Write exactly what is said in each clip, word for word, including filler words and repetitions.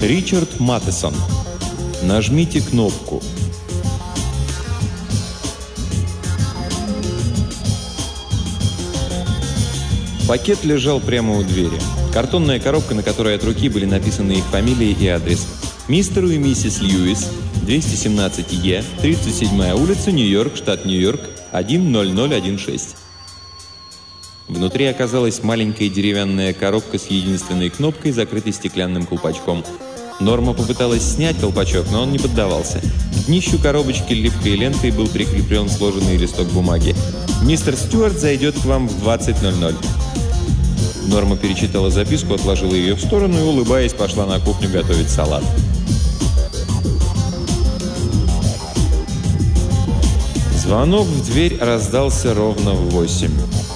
Ричард Маттесон. Нажмите кнопку. Пакет лежал прямо у двери. Картонная коробка, на которой от руки были написаны их фамилии и адрес. Мистеру и миссис Льюис, двести семнадцать Е, тридцать седьмая улица, Нью-Йорк, штат Нью-Йорк, один ноль ноль один шесть. Внутри оказалась маленькая деревянная коробка с единственной кнопкой, закрытой стеклянным колпачком. Норма попыталась снять колпачок, но он не поддавался. К днищу коробочки липкой лентой был прикреплен сложенный листок бумаги. «Мистер Стюарт зайдет к вам в двадцать ноль ноль». Норма перечитала записку, отложила ее в сторону и, улыбаясь, пошла на кухню готовить салат. Звонок в дверь раздался ровно в восемь.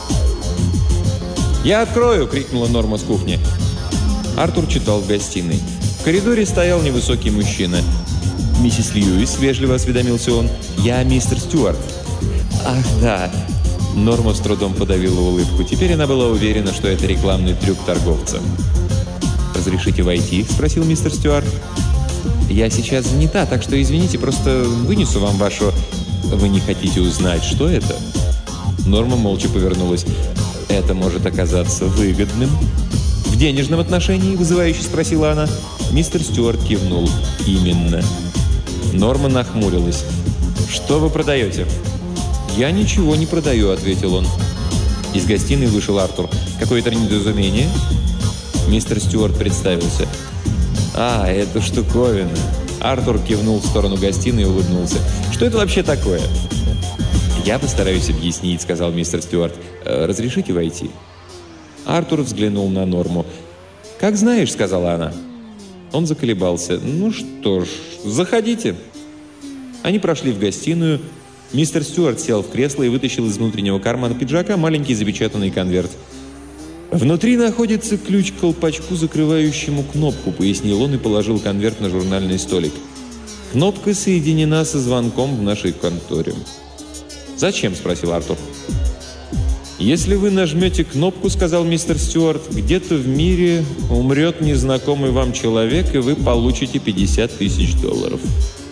«Я открою!» — крикнула Норма с кухни. Артур читал в гостиной. В коридоре стоял невысокий мужчина. «Миссис Льюис», — вежливо осведомился он, — «я мистер Стюарт». «Ах, да». Норма с трудом подавила улыбку. Теперь она была уверена, что это рекламный трюк торговца. «Разрешите войти?» — спросил мистер Стюарт. «Я сейчас занята, так что извините, просто вынесу вам вашу...» «Вы не хотите узнать, что это?» Норма молча повернулась. «Это может оказаться выгодным». «В денежном отношении?» — вызывающе спросила она. Мистер Стюарт кивнул. «Именно». Норма нахмурилась. «Что вы продаете?» «Я ничего не продаю», — ответил он. Из гостиной вышел Артур. «Какое-то недоразумение?» Мистер Стюарт представился. «А, это штуковина». Артур кивнул в сторону гостиной и улыбнулся. «Что это вообще такое?» «Я постараюсь объяснить», — сказал мистер Стюарт. «Разрешите войти?» Артур взглянул на Норму. «Как знаешь», — сказала она. Он заколебался. «Ну что ж, заходите». Они прошли в гостиную. Мистер Стюарт сел в кресло и вытащил из внутреннего кармана пиджака маленький запечатанный конверт. «Внутри находится ключ к колпачку, закрывающему кнопку», — пояснил он и положил конверт на журнальный столик. «Кнопка соединена со звонком в нашей конторе». «Зачем?» — спросил Артур. «Если вы нажмете кнопку, — сказал мистер Стюарт, — где-то в мире умрет незнакомый вам человек, и вы получите пятьдесят тысяч долларов».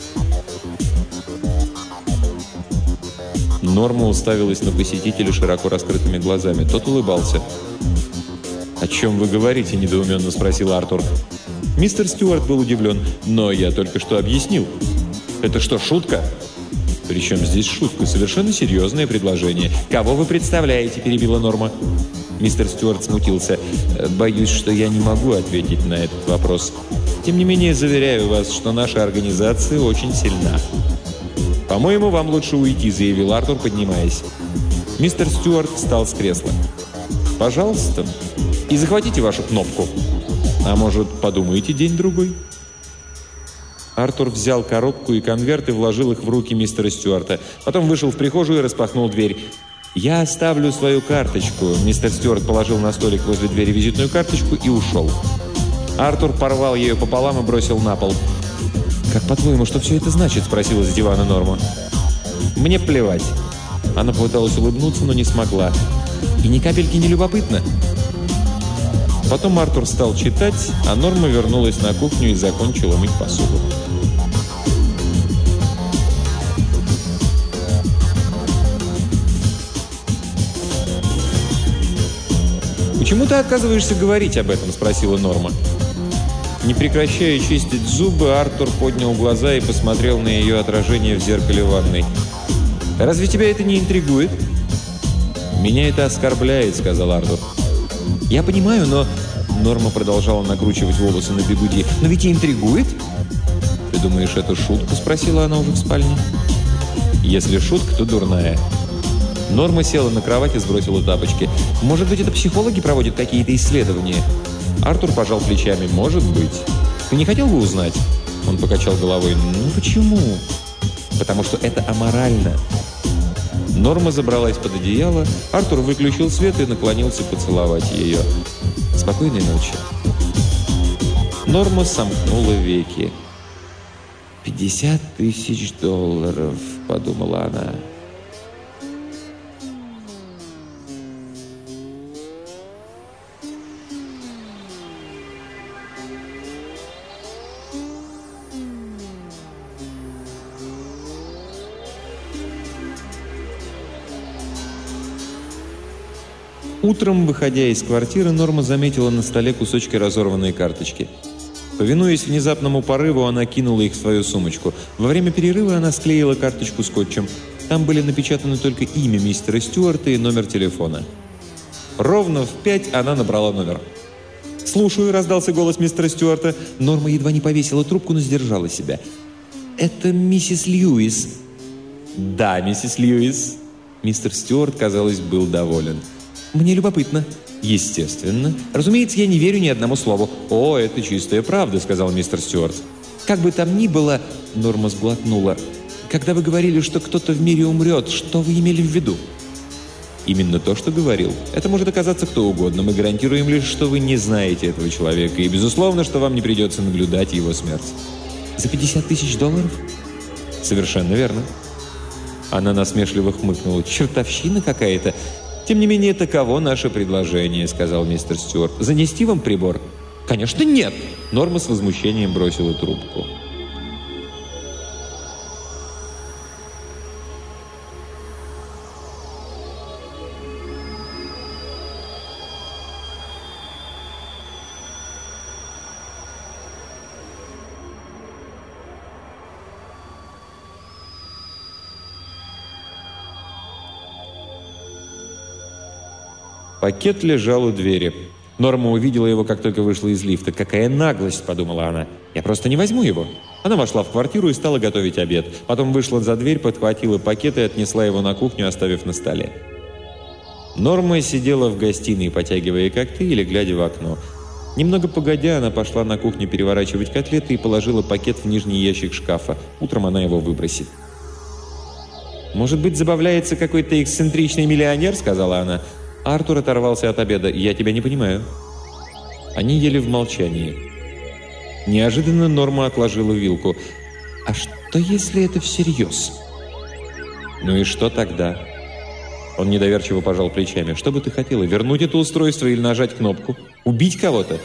Норма уставилась на посетителя широко раскрытыми глазами. Тот улыбался. «О чем вы говорите?» – недоуменно спросил Артур. Мистер Стюарт был удивлен. «Но я только что объяснил. Это что, шутка?» «Причем здесь шутка? Совершенно серьезное предложение». «Кого вы представляете?» – перебила Норма. Мистер Стюарт смутился. «Боюсь, что я не могу ответить на этот вопрос. Тем не менее, заверяю вас, что наша организация очень сильна». «По-моему, вам лучше уйти», — заявил Артур, поднимаясь. Мистер Стюарт встал с кресла. «Пожалуйста. И захватите вашу кнопку. А может, подумаете день-другой?» Артур взял коробку и конверт и вложил их в руки мистера Стюарта. Потом вышел в прихожую и распахнул дверь. «Я оставлю свою карточку». Мистер Стюарт положил на столик возле двери визитную карточку и ушел. Артур порвал ее пополам и бросил на пол. «Как, по-твоему, что все это значит?» – спросила с дивана Норма. «Мне плевать». Она попыталась улыбнуться, но не смогла. «И ни капельки не любопытно». Потом Артур стал читать, а Норма вернулась на кухню и закончила мыть посуду. «Почему ты отказываешься говорить об этом?» – спросила Норма. Не прекращая чистить зубы, Артур поднял глаза и посмотрел на ее отражение в зеркале ванной. «Разве тебя это не интригует?» «Меня это оскорбляет», — сказал Артур. «Я понимаю, но...» Норма продолжала накручивать волосы на бигуди. «Но ведь и интригует?» «Ты думаешь, это шутка?» — спросила она уже в спальне. «Если шутка, то дурная». Норма села на кровать и сбросила тапочки. «Может быть, это психологи проводят какие-то исследования?» Артур пожал плечами. «Может быть. Ты не хотел бы узнать?» Он покачал головой. «Ну почему?» «Потому что это аморально». Норма забралась под одеяло. Артур выключил свет и наклонился поцеловать ее. «Спокойной ночи». Норма сомкнула веки. «Пятьдесят тысяч долларов», — подумала она. Утром, выходя из квартиры, Норма заметила на столе кусочки разорванной карточки. Повинуясь внезапному порыву, она кинула их в свою сумочку. Во время перерыва она склеила карточку скотчем. Там были напечатаны только имя мистера Стюарта и номер телефона. Ровно в пять она набрала номер. «Слушаю», — раздался голос мистера Стюарта. Норма едва не повесила трубку, но сдержала себя. «Это миссис Льюис». «Да, миссис Льюис». Мистер Стюарт, казалось, был доволен. «Мне любопытно». «Естественно. Разумеется, я не верю ни одному слову». «О, это чистая правда», — сказал мистер Стюарт. «Как бы там ни было», — Норма сглотнула, «когда вы говорили, что кто-то в мире умрет, что вы имели в виду?» «Именно то, что говорил. Это может оказаться кто угодно. Мы гарантируем лишь, что вы не знаете этого человека, и, безусловно, что вам не придется наблюдать его смерть». «За пятьдесят тысяч долларов?» «Совершенно верно». Она насмешливо хмыкнула. «Чертовщина какая-то. Тем не менее, таково наше предложение», — сказал мистер Стюарт. «Занести вам прибор?» «Конечно, нет!» Норма с возмущением бросила трубку. Пакет лежал у двери. Норма увидела его, как только вышла из лифта. «Какая наглость!» – подумала она. «Я просто не возьму его». Она вошла в квартиру и стала готовить обед. Потом вышла за дверь, подхватила пакет и отнесла его на кухню, оставив на столе. Норма сидела в гостиной, потягивая коктейль и глядя в окно. Немного погодя, она пошла на кухню переворачивать котлеты и положила пакет в нижний ящик шкафа. Утром она его выбросит. «Может быть, забавляется какой-то эксцентричный миллионер?» – сказала она. Артур оторвался от обеда. «Я тебя не понимаю». Они ели в молчании. Неожиданно Норма отложила вилку. «А что, если это всерьез?» «Ну и что тогда?» Он недоверчиво пожал плечами. «Что бы ты хотела? Вернуть это устройство или нажать кнопку? Убить кого-то?»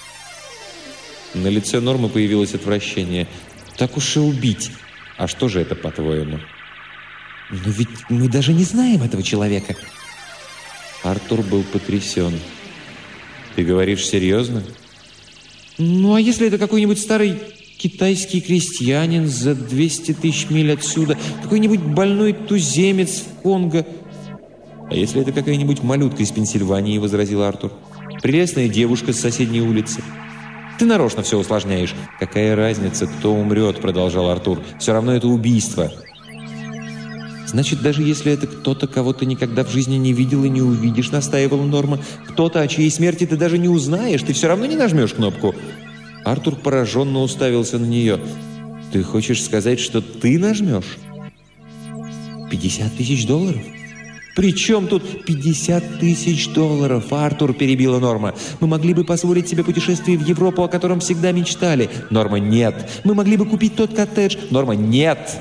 На лице Нормы появилось отвращение. «Так уж и убить. А что же это, по-твоему?» «Но ведь мы даже не знаем этого человека». Артур был потрясен. «Ты говоришь серьезно?» «Ну, а если это какой-нибудь старый китайский крестьянин за двести тысяч миль отсюда? Какой-нибудь больной туземец в Конго?» «А если это какая-нибудь малютка из Пенсильвании?» — возразил Артур. «Прелестная девушка с соседней улицы». «Ты нарочно все усложняешь». «Какая разница, кто умрет?» — продолжал Артур. «Все равно это убийство». «Значит, даже если это кто-то, кого ты никогда в жизни не видел и не увидишь», — настаивала Норма, «кто-то, о чьей смерти ты даже не узнаешь, ты все равно не нажмешь кнопку». Артур пораженно уставился на нее. «Ты хочешь сказать, что ты нажмешь?» «Пятьдесят тысяч долларов?» «При чем тут пятьдесят тысяч долларов?» Артур, перебила Норма. «Мы могли бы позволить себе путешествие в Европу, о котором всегда мечтали». Норма, нет. «Мы могли бы купить тот коттедж». Норма, нет.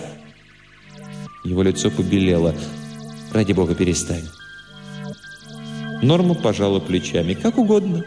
Его лицо побелело. «Ради бога, перестань». Норма пожала плечами. «Как угодно».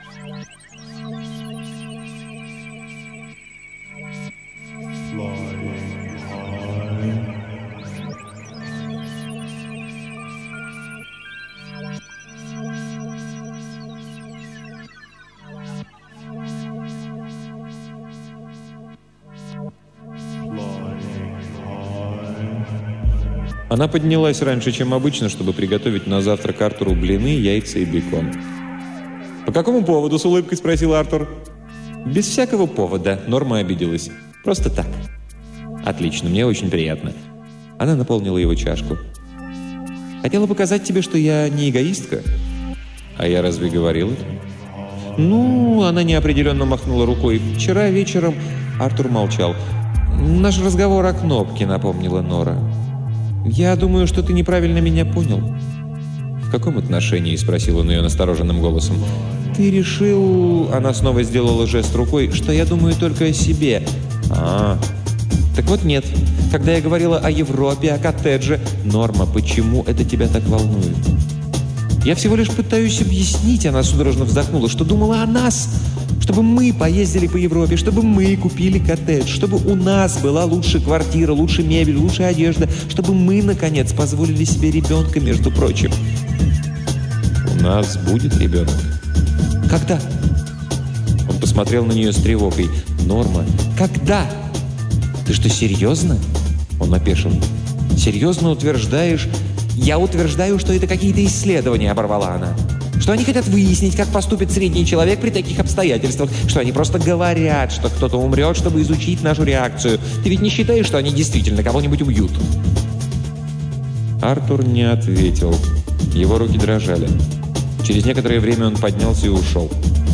Она поднялась раньше, чем обычно, чтобы приготовить на завтрак Артуру блины, яйца и бекон. «По какому поводу?» — с улыбкой спросил Артур. «Без всякого повода», — Норма обиделась. «Просто так». «Отлично, мне очень приятно». Она наполнила его чашку. «Хотела показать тебе, что я не эгоистка». «А я разве говорил это?» «Ну...» — она неопределенно махнула рукой. «Вчера вечером...» — Артур молчал. «Наш разговор о кнопке», — напомнила Нора. «Я думаю, что ты неправильно меня понял». «В каком отношении?» — спросил он ее настороженным голосом. «Ты решил...» — она снова сделала жест рукой, «что я думаю только о себе». «А, так вот нет. Когда я говорила о Европе, о коттедже...» «Норма, почему это тебя так волнует?» «Я всего лишь пытаюсь объяснить», — она судорожно вздохнула, «что думала о нас, чтобы мы поездили по Европе, чтобы мы купили коттедж, чтобы у нас была лучше квартира, лучше мебель, лучшая одежда, чтобы мы, наконец, позволили себе ребенка, между прочим». У нас будет ребенок». «Когда?» Он посмотрел на нее с тревогой. «Норма, «Когда? Ты что, серьезно?» Он опешил. «Серьезно утверждаешь?» «Я утверждаю, что это какие-то исследования», — оборвала она. «Что они хотят выяснить, как поступит средний человек при таких обстоятельствах. Что они просто говорят, что кто-то умрет, чтобы изучить нашу реакцию. Ты ведь не считаешь, что они действительно кого-нибудь убьют?» Артур не ответил. Его руки дрожали. Через некоторое время он поднялся и ушел.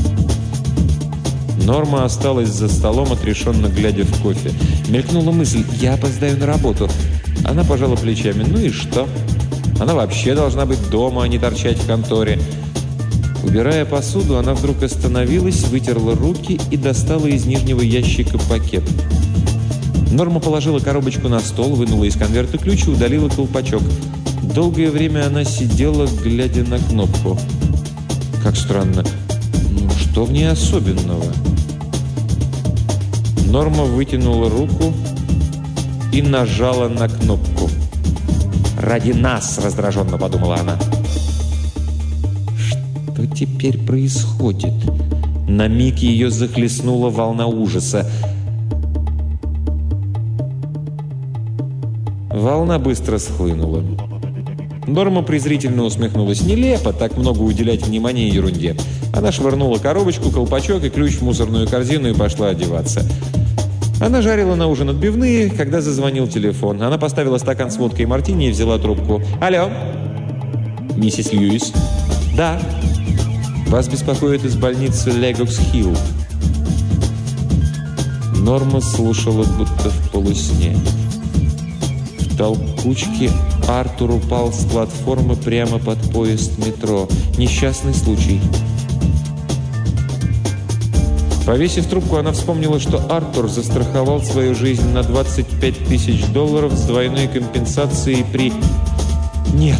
Норма осталась за столом, отрешенно глядя в кофе. Мелькнула мысль: «Я опоздаю на работу». Она пожала плечами. «Ну и что? Она вообще должна быть дома, а не торчать в конторе». Убирая посуду, она вдруг остановилась, вытерла руки и достала из нижнего ящика пакет. Норма положила коробочку на стол, вынула из конверта ключ и удалила колпачок. Долгое время она сидела, глядя на кнопку. Как странно. Ну, что в ней особенного? Норма вытянула руку и нажала на кнопку. «Ради нас!» — раздраженно подумала она. Что теперь происходит? На миг ее захлестнула волна ужаса. Волна быстро схлынула. Норма презрительно усмехнулась. Нелепо так много уделять внимания ерунде. Она швырнула коробочку, колпачок и ключ в мусорную корзину и пошла одеваться. Она жарила на ужин отбивные, когда зазвонил телефон. Она поставила стакан с водкой и мартини и взяла трубку. «Алло?» «Миссис Льюис?» «Да». «Вас беспокоит из больницы Легокс-Хилл». Норма слушала, будто в полусне. В толкучке Артур упал с платформы прямо под поезд метро. Несчастный случай. Повесив трубку, она вспомнила, что Артур застраховал свою жизнь на двадцать пять тысяч долларов с двойной компенсацией при... Нет.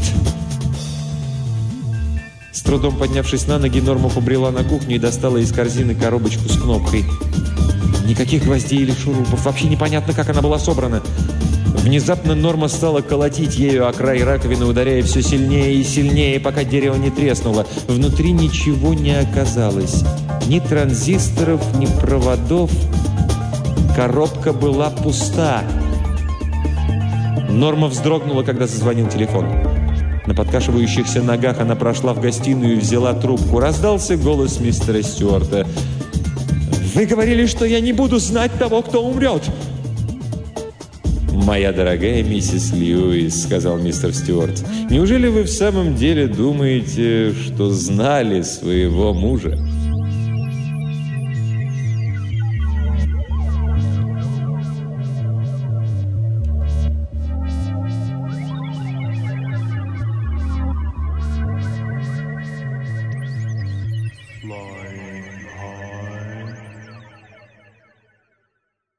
С трудом поднявшись на ноги, Норма побрела на кухню и достала из корзины коробочку с кнопкой. Никаких гвоздей или шурупов. Вообще непонятно, как она была собрана. Внезапно Норма стала колотить ею о край раковины, ударяя все сильнее и сильнее, пока дерево не треснуло. Внутри ничего не оказалось. Ни транзисторов, ни проводов. Коробка была пуста. Норма вздрогнула, когда зазвонил телефон. На подкашивающихся ногах она прошла в гостиную и взяла трубку. Раздался голос мистера Стюарта. «Вы говорили, что я не буду знать того, кто умрет!» «Моя дорогая миссис Льюис», — сказал мистер Стюарт, — «неужели вы в самом деле думаете, что знали своего мужа?»